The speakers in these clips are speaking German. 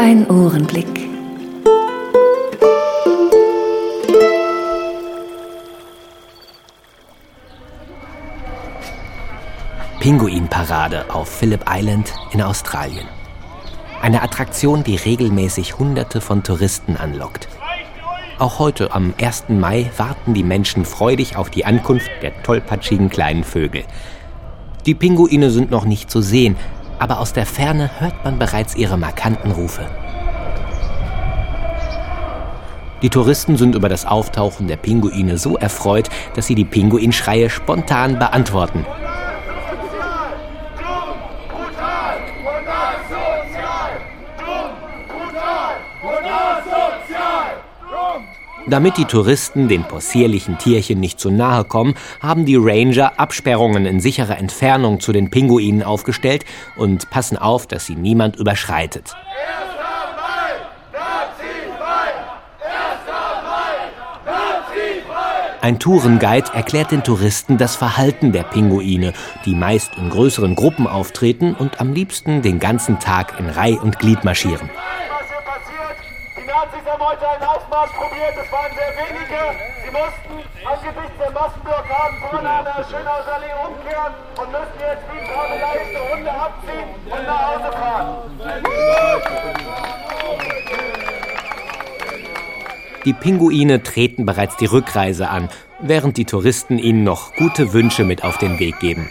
ein Ohrenblick. Pinguinparade auf Phillip Island in Australien. Eine Attraktion, die regelmäßig Hunderte von Touristen anlockt. Auch heute, am 1. Mai, warten die Menschen freudig auf die Ankunft der tollpatschigen kleinen Vögel. Die Pinguine sind noch nicht zu sehen, aber aus der Ferne hört man bereits ihre markanten Rufe. Die Touristen sind über das Auftauchen der Pinguine so erfreut, dass sie die Pinguinschreie spontan beantworten. Damit die Touristen den possierlichen Tierchen nicht zu nahe kommen, haben die Ranger Absperrungen in sicherer Entfernung zu den Pinguinen aufgestellt und passen auf, dass sie niemand überschreitet. Ein Tourenguide erklärt den Touristen das Verhalten der Pinguine, die meist in größeren Gruppen auftreten und am liebsten den ganzen Tag in Reih und Glied marschieren. Sie haben heute einen Aufmarsch probiert, es waren sehr wenige. Sie mussten angesichts der Massenblockaden vorne an der Schönhausallee umkehren und müssen jetzt wie Kabeleiste Hunde abziehen und nach Hause fahren. Die Pinguine treten bereits die Rückreise an, während die Touristen ihnen noch gute Wünsche mit auf den Weg geben.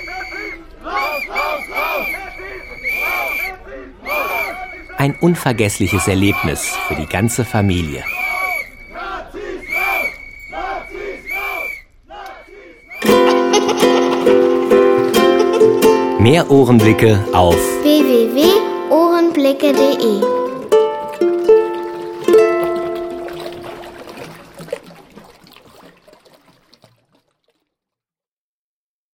Ein unvergessliches Erlebnis für die ganze Familie. Mehr Ohrenblicke auf www.ohrenblicke.de